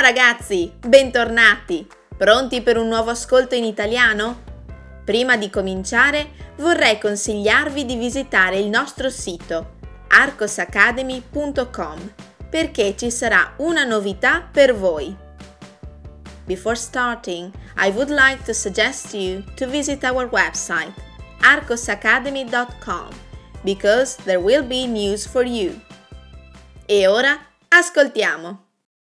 ragazzi, bentornati! Pronti per un nuovo ascolto in italiano? Prima di cominciare vorrei consigliarvi di visitare il nostro sito arcosacademy.com perché ci sarà una novità per voi. Before starting, I would like to suggest you to visit our website arcosacademy.com because there will be news for you. E ora ascoltiamo!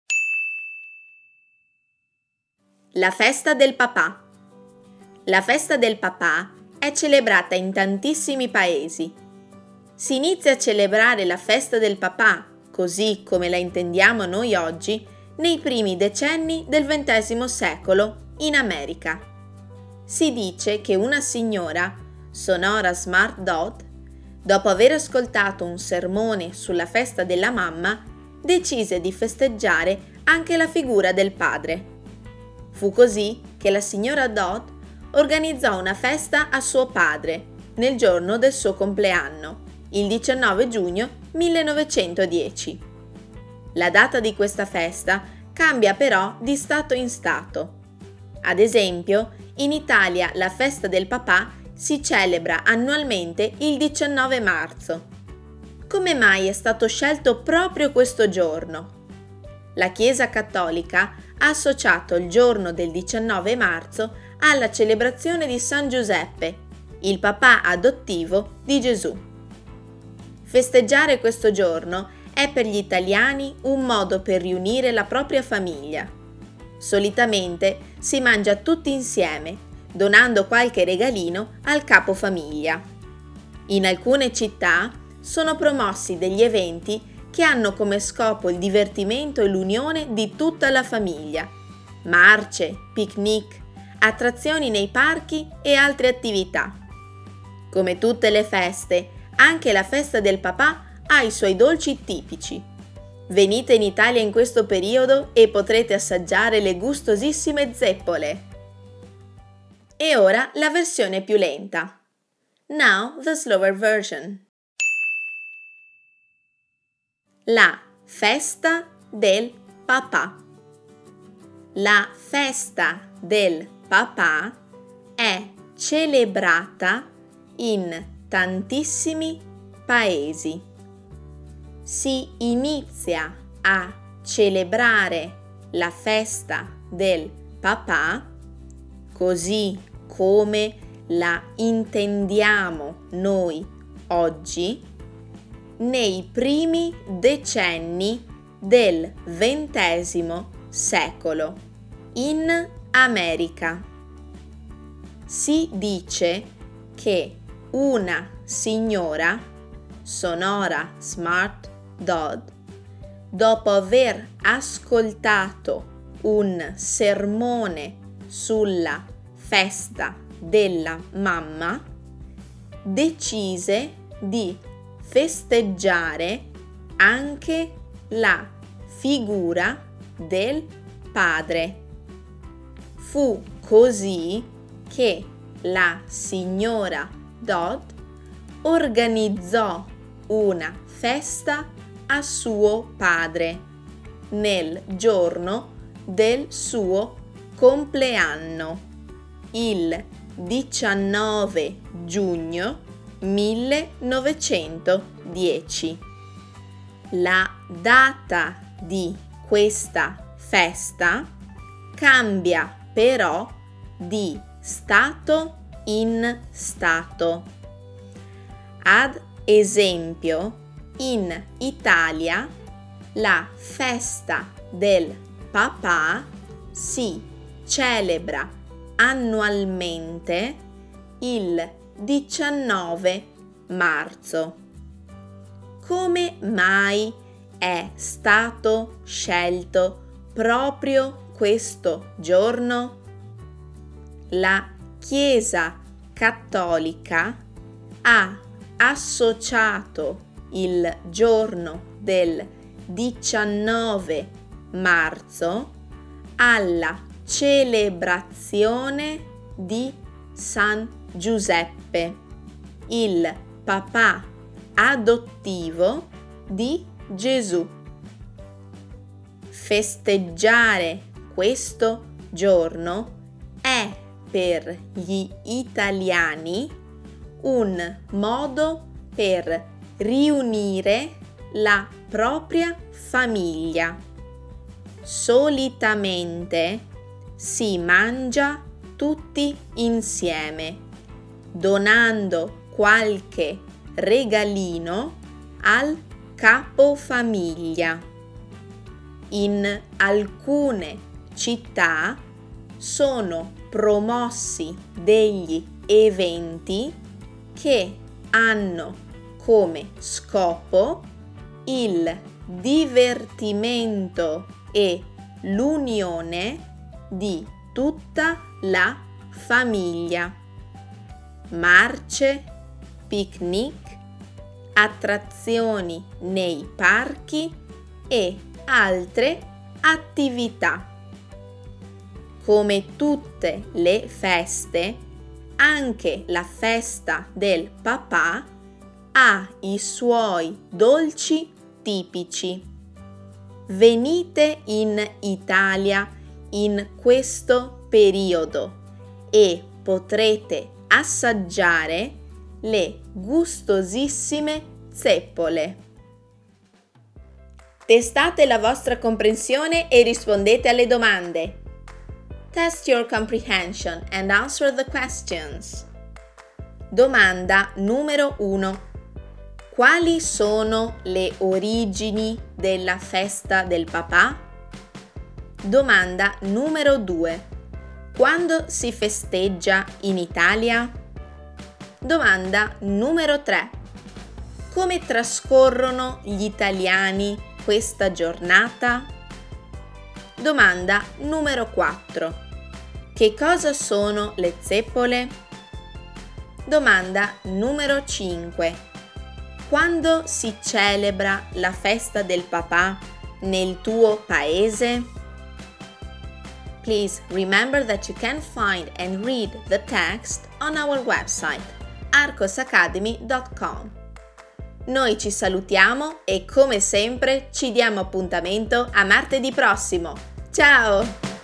La festa del papà. La festa del papà è celebrata in tantissimi paesi. Si inizia a celebrare la festa del papà, così come la intendiamo noi oggi, nei primi decenni del XX secolo in America. Si dice che una signora, Sonora Smart Dodd, dopo aver ascoltato un sermone sulla festa della mamma, decise di festeggiare anche la figura del padre. Fu così che la signora Dodd organizzò una festa a suo padre nel giorno del suo compleanno, il 19 giugno 1910. La data di questa festa cambia però di stato in stato. Ad esempio, in Italia la festa del papà si celebra annualmente il 19 marzo. Come mai è stato scelto proprio questo giorno? La Chiesa Cattolica ha associato il giorno del 19 marzo alla celebrazione di San Giuseppe, il papà adottivo di Gesù. Festeggiare questo giorno è per gli italiani un modo per riunire la propria famiglia. Solitamente si mangia tutti insieme, donando qualche regalino al capofamiglia. In alcune città sono promossi degli eventi che hanno come scopo il divertimento e l'unione di tutta la famiglia. Marce, picnic, attrazioni nei parchi e altre attività. Come tutte le feste, anche la festa del papà ha i suoi dolci tipici. Venite in Italia in questo periodo e potrete assaggiare le gustosissime zeppole. E ora la versione più lenta. Now the slower version. La festa del papà. La festa del papà è celebrata in tantissimi paesi. Si inizia a celebrare la festa del papà, così come la intendiamo noi oggi, nei primi decenni del XX secolo in America. Si dice che una signora, Sonora Smart Dodd, dopo aver ascoltato un sermone sulla festa della mamma, decise di festeggiare anche la figura del padre. Fu così che la signora Dodd organizzò una festa a suo padre nel giorno del suo compleanno, il 19 giugno 1910. La data di questa festa cambia però di stato in stato. Ad esempio, in Italia la festa del papà si celebra annualmente il 19 marzo. Come mai è stato scelto proprio questo giorno? La Chiesa Cattolica ha associato il giorno del 19 marzo alla celebrazione di San Giuseppe, il papà adottivo di Gesù. Festeggiare questo giorno è per gli italiani un modo per riunire la propria famiglia. Solitamente si mangia tutti insieme, donando qualche regalino al capofamiglia. In alcune città sono promossi degli eventi che hanno come scopo il divertimento e l'unione di tutta la famiglia. Marce, picnic, attrazioni nei parchi e altre attività. Come tutte le feste, anche la festa del papà ha i suoi dolci tipici. Venite in Italia in questo periodo e potrete assaggiare le gustosissime zeppole. Testate la vostra comprensione e rispondete alle domande. Test your comprehension and answer the questions. Domanda numero 1. Quali sono le origini della festa del papà? Domanda numero 2. Quando si festeggia in Italia? Domanda numero 3. Come trascorrono gli italiani questa giornata? Domanda numero 4. Che cosa sono le zeppole? Domanda numero 5. Quando si celebra la festa del papà nel tuo paese? Please remember that you can find and read the text on our website arcosacademy.com. Noi ci salutiamo e come sempre ci diamo appuntamento a martedì prossimo. Ciao!